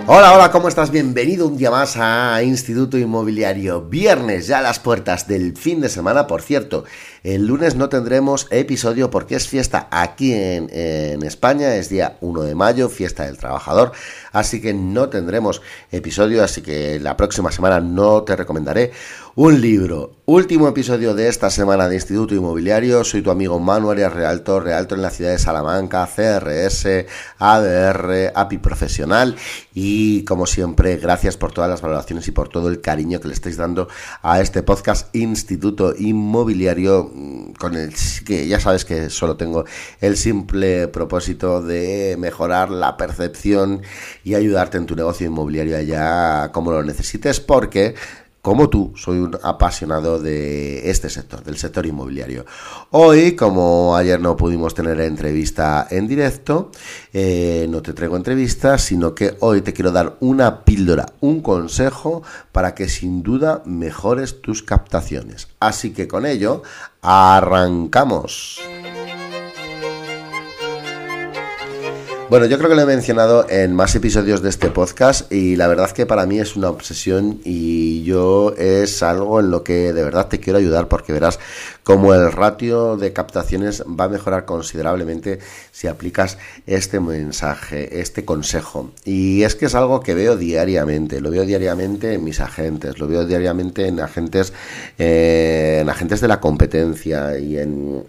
Hola, hola, ¿cómo estás? Bienvenido un día más a Instituto Inmobiliario. Viernes, ya a las puertas del fin de semana. Por cierto, el lunes no tendremos episodio porque es fiesta aquí en España, es día 1 de mayo, fiesta del trabajador, así que no tendremos episodio, así que la próxima semana no te recomendaré un libro. Último episodio de esta semana de Instituto Inmobiliario. Soy tu amigo Manu Arias, realtor en la ciudad de Salamanca, CRS, ADR, API profesional, y como siempre, gracias por todas las valoraciones y por todo el cariño que le estáis dando a este podcast Instituto Inmobiliario, con el que ya sabes que solo tengo el simple propósito de mejorar la percepción y ayudarte en tu negocio inmobiliario allá como lo necesites, porque como tú, soy un apasionado de este sector, del sector inmobiliario. Hoy, como ayer no pudimos tener entrevista en directo, no te traigo entrevista, sino que hoy te quiero dar una píldora, un consejo para que sin duda mejores tus captaciones. Así que con ello, arrancamos. Bueno, yo creo que lo he mencionado en más episodios de este podcast y la verdad que para mí es una obsesión y yo es algo en lo que de verdad te quiero ayudar, porque verás cómo el ratio de captaciones va a mejorar considerablemente si aplicas este mensaje, este consejo. Y es que es algo que veo diariamente, lo veo diariamente en mis agentes, lo veo diariamente en agentes de la competencia y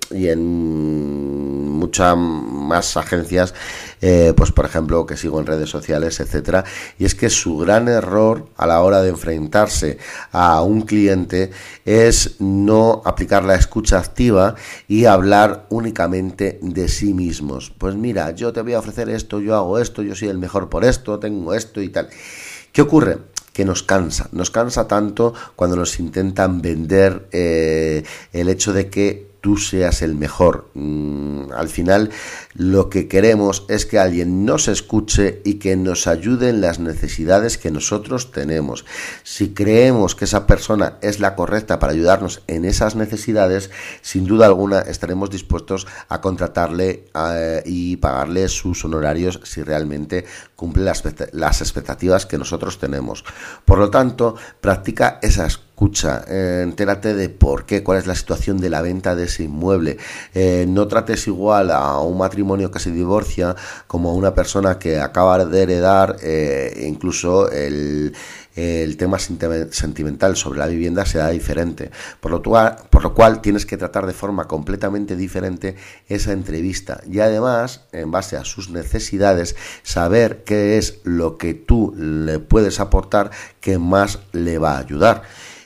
en muchas más agencias, pues por ejemplo, que sigo en redes sociales, etcétera. Y es que su gran error a la hora de enfrentarse a un cliente es no aplicar la escucha activa y hablar únicamente de sí mismos. Pues mira, yo te voy a ofrecer esto, yo hago esto, yo soy el mejor por esto, tengo esto y tal. ¿Qué ocurre? Que nos cansa tanto cuando nos intentan vender el hecho de que tú seas el mejor. Al final lo que queremos es que alguien nos escuche y que nos ayude en las necesidades que nosotros tenemos. Si creemos que esa persona es la correcta para ayudarnos en esas necesidades, sin duda alguna estaremos dispuestos a contratarle y pagarle sus honorarios si realmente cumple las expectativas que nosotros tenemos. Por lo tanto, practica esa escucha, entérate de por qué, cuál es la situación de la venta de ese inmueble. No trates igual a un matrimonio que se divorcia como a una persona que acaba de heredar, incluso el tema sentimental sobre la vivienda será diferente, por lo cual tienes que tratar de forma completamente diferente esa entrevista y además, en base a sus necesidades, saber qué es lo que tú le puedes aportar que más le va a ayudar.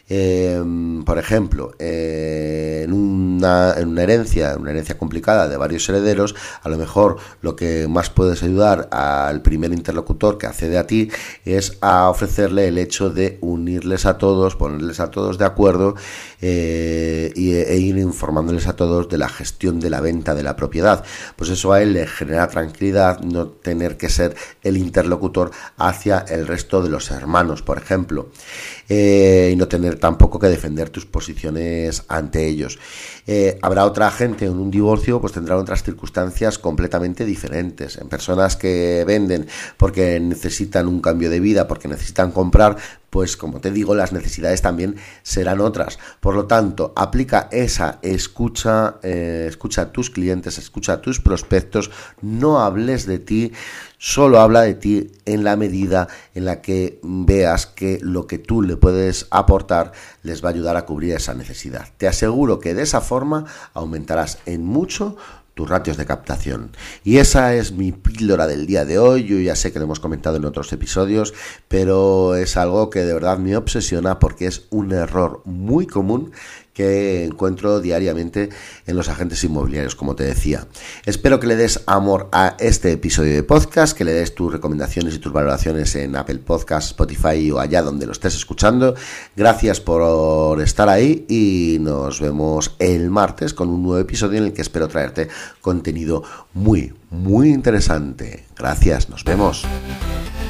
Por ejemplo, en una herencia complicada de varios herederos, a lo mejor lo que más puedes ayudar al primer interlocutor que accede a ti es a ofrecerle el hecho de unirles a todos, ponerles a todos de acuerdo e ir informándoles a todos de la gestión de la venta de la propiedad. Pues eso a él le genera tranquilidad, no tener que ser el interlocutor hacia el resto de los hermanos, por ejemplo, y no tener tampoco que defender tus posiciones ante ellos. Habrá otra gente en un divorcio, pues tendrá otras circunstancias completamente diferentes. En personas que venden porque necesitan un cambio de vida, porque necesitan comprar, pues como te digo, las necesidades también serán otras. Por lo tanto, aplica esa escucha, escucha a tus clientes, escucha a tus prospectos, no hables de ti, solo habla de ti en la medida en la que veas que lo que tú le puedes aportar les va a ayudar a cubrir esa necesidad. Te aseguro que de esa forma aumentarás en mucho tus ratios de captación. Y esa es mi píldora del día de hoy. Yo ya sé que lo hemos comentado en otros episodios, pero es algo que de verdad me obsesiona porque es un error muy común que encuentro diariamente en los agentes inmobiliarios, como te decía. Espero que le des amor a este episodio de podcast, que le des tus recomendaciones y tus valoraciones en Apple Podcasts, Spotify o allá donde lo estés escuchando. Gracias por estar ahí y nos vemos el martes con un nuevo episodio en el que espero traerte contenido muy, muy interesante. Gracias, nos vemos.